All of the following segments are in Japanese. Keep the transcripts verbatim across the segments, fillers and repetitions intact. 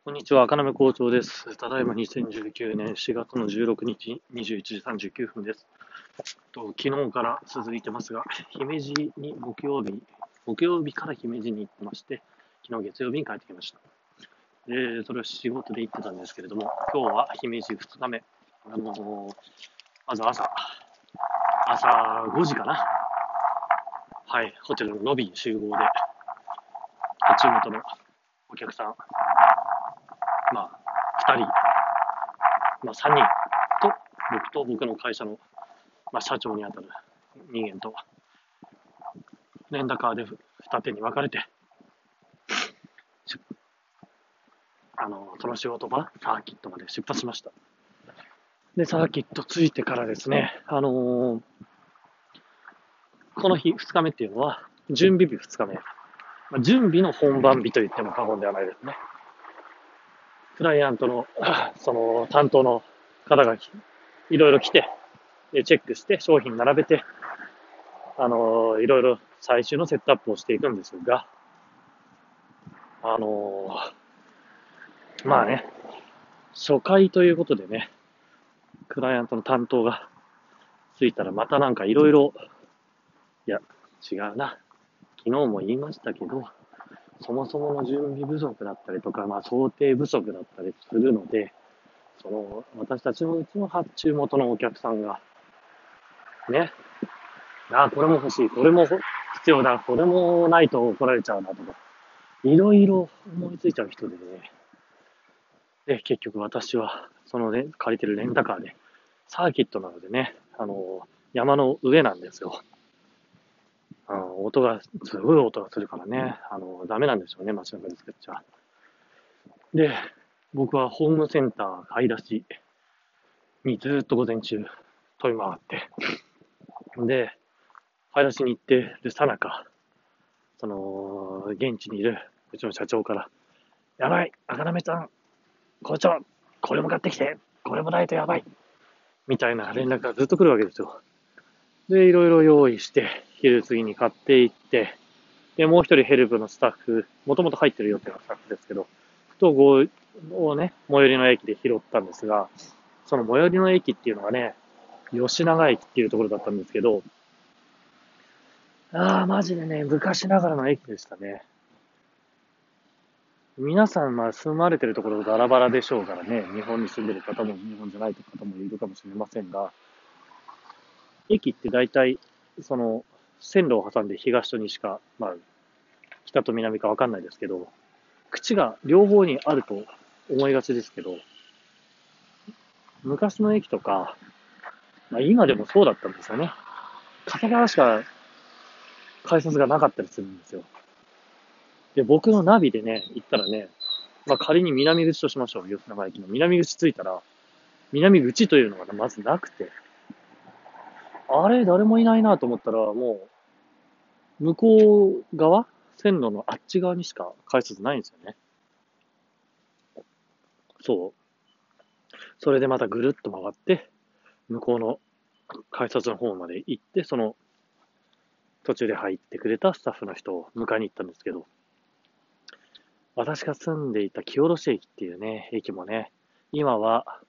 こんにちは、赤目校長です。ただいまにせんじゅうきゅうねんしがつのじゅうろくにちにじゅういちじさんじゅうきゅうふんです。と昨日から続いてますが、姫路に木曜日、木曜日から姫路に行ってまして、昨日月曜日に帰ってきました。で、それを仕事で行ってたんですけれども、今日は姫路ふつかめ。あのーまず朝、朝ごじかな。はい、ホテルのロビー集合で、地元のお客さん、まあ、ふたり、まあ、さんにんと、僕と僕の会社の、まあ、社長にあたる人間と、レンタカーで二手に分かれて、あの、その仕事場、サーキットまで出発しました。で、サーキット着いてからですね、あのーこの日、二日目っていうのは、準備日二日目。まあ、準備の本番日と言っても過言ではないですね。クライアントの、その、担当の方がいろいろ来て、チェックして、商品並べて、あのーいろいろ最終のセットアップをしていくんですが、あのーまあね、初回ということでね、クライアントの担当がついたらまたなんかいろいろ、いや、違うな。昨日も言いましたけど、そもそもの準備不足だったりとか、まあ想定不足だったりするので、その、私たちのうちの発注元のお客さんが、ね、ああ、これも欲しい、これも必要だ、これもないと怒られちゃうなとか、いろいろ思いついちゃう人でね、で、結局私は、そのね、借りてるレンタカーで、サーキットなのでね、あの、山の上なんですよ。あの音が、すごい音がするからね、あの、ダメなんですよね、街中で使っちゃ。で、僕はホームセンター買い出しにずっと午前中飛び回って、で、買い出しに行ってるさなか、その、現地にいるうちの社長から、やばい、赤なめさん、校長、これも買ってきて、これもないとやばい、みたいな連絡がずっと来るわけですよ。で、いろいろ用意して、昼過ぎに買っていって、で、もう一人ヘルプのスタッフ、もともと入ってる予定のスタッフですけど、とごをね、最寄りの駅で拾ったんですが、その最寄りの駅っていうのがね、吉永駅っていうところだったんですけど、ああ、マジでね、昔ながらの駅でしたね。皆さん、まあ、住まれてるところバラバラでしょうからね、日本に住んでる方も日本じゃない方もいるかもしれませんが、駅って大体、その、線路を挟んで東と西か、まあ、北と南かわかんないですけど、口が両方にあると思いがちですけど、昔の駅とか、まあ、今でもそうだったんですよね。片側しか改札がなかったりするんですよ。で、僕のナビでね、行ったらね、まあ、仮に南口としましょう。吉永駅の南口着いたら、南口というのがまずなくて、あれ、誰もいないなと思ったら、もう、向こう側線路のあっち側にしか改札ないんですよね。そう。それでまたぐるっと回って、向こうの改札の方まで行って、その途中で入ってくれたスタッフの人を迎えに行ったんですけど、私が住んでいた清下駅っていうね、駅もね、今は、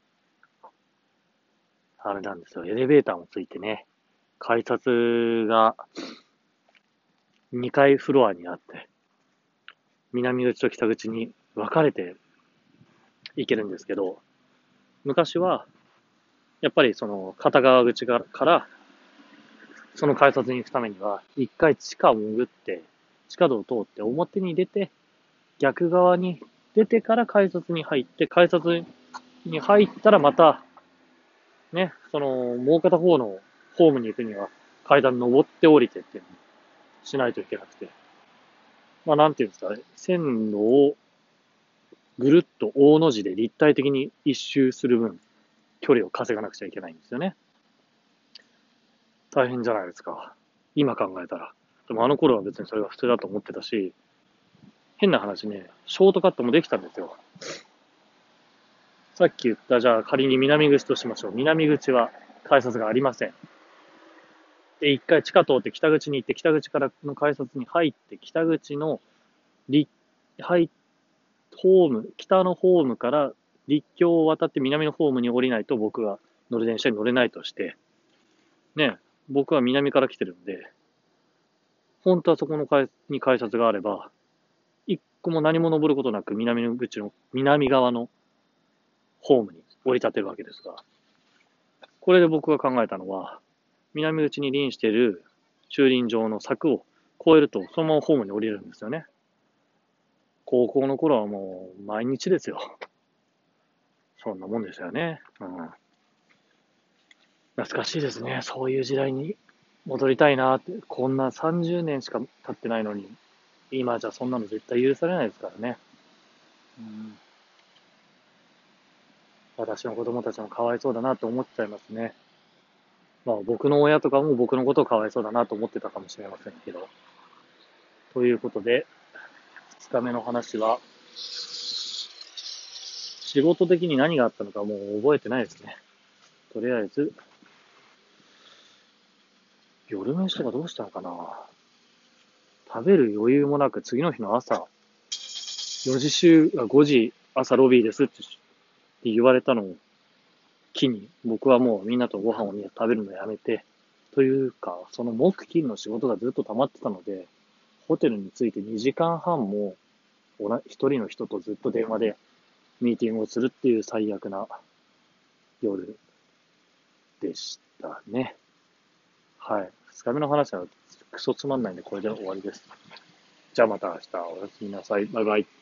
あれなんですよ、エレベーターもついてね、改札がにかいフロアにあって、南口と北口に分かれて行けるんですけど、昔は、やっぱりその片側口から、その改札に行くためには、一回地下を潜って、地下道を通って表に出て、逆側に出てから改札に入って、改札に入ったらまた、ね、その、もう片方のホームに行くには階段登って降りてっていうのをしないといけなくて。まあなんていうんですかね、線路をぐるっと大の字で立体的に一周する分、距離を稼がなくちゃいけないんですよね。大変じゃないですか。今考えたら。でもあの頃は別にそれが普通だと思ってたし、変な話ね、ショートカットもできたんですよ。さっき言った、じゃあ仮に南口としましょう。南口は改札がありません。で、一回地下通って北口に行って、北口からの改札に入って、北口の、り、入っホーム、北のホームから陸橋を渡って南のホームに降りないと僕が乗る電車に乗れないとして、ね、僕は南から来てるんで、本当はそこの改に改札があれば、一個も何も登ることなく南の口の、南側のホームに降り立てるわけですが、これで僕が考えたのは、南口に臨している駐輪場の柵を越えると、そのままホームに降りるんですよね。高校の頃はもう毎日ですよ。そんなもんですよね。うん。懐かしいですね。そういう時代に戻りたいなって。こんなさんじゅうねんしか経ってないのに、今じゃそんなの絶対許されないですからね。うん、私の子供たちもかわいそうだなと思っちゃいますね。まあ僕の親とかも僕のことをかわいそうだなと思ってたかもしれませんけど。ということで、ふつかめの話は、仕事的に何があったのかもう覚えてないですね。とりあえず、夜飯とかどうしたのかな。食べる余裕もなく次の日の朝、よじ週、あごじ朝ロビーですって言われたのを機に、僕はもうみんなとご飯を食べるのやめて、というか、その木金の仕事がずっと溜まってたので、ホテルに着いてにじかんはんも、一人の人とずっと電話でミーティングをするっていう最悪な夜でしたね。はい。二日目の話はクソつまんないんでこれで終わりです。じゃあまた明日おやすみなさい。バイバイ。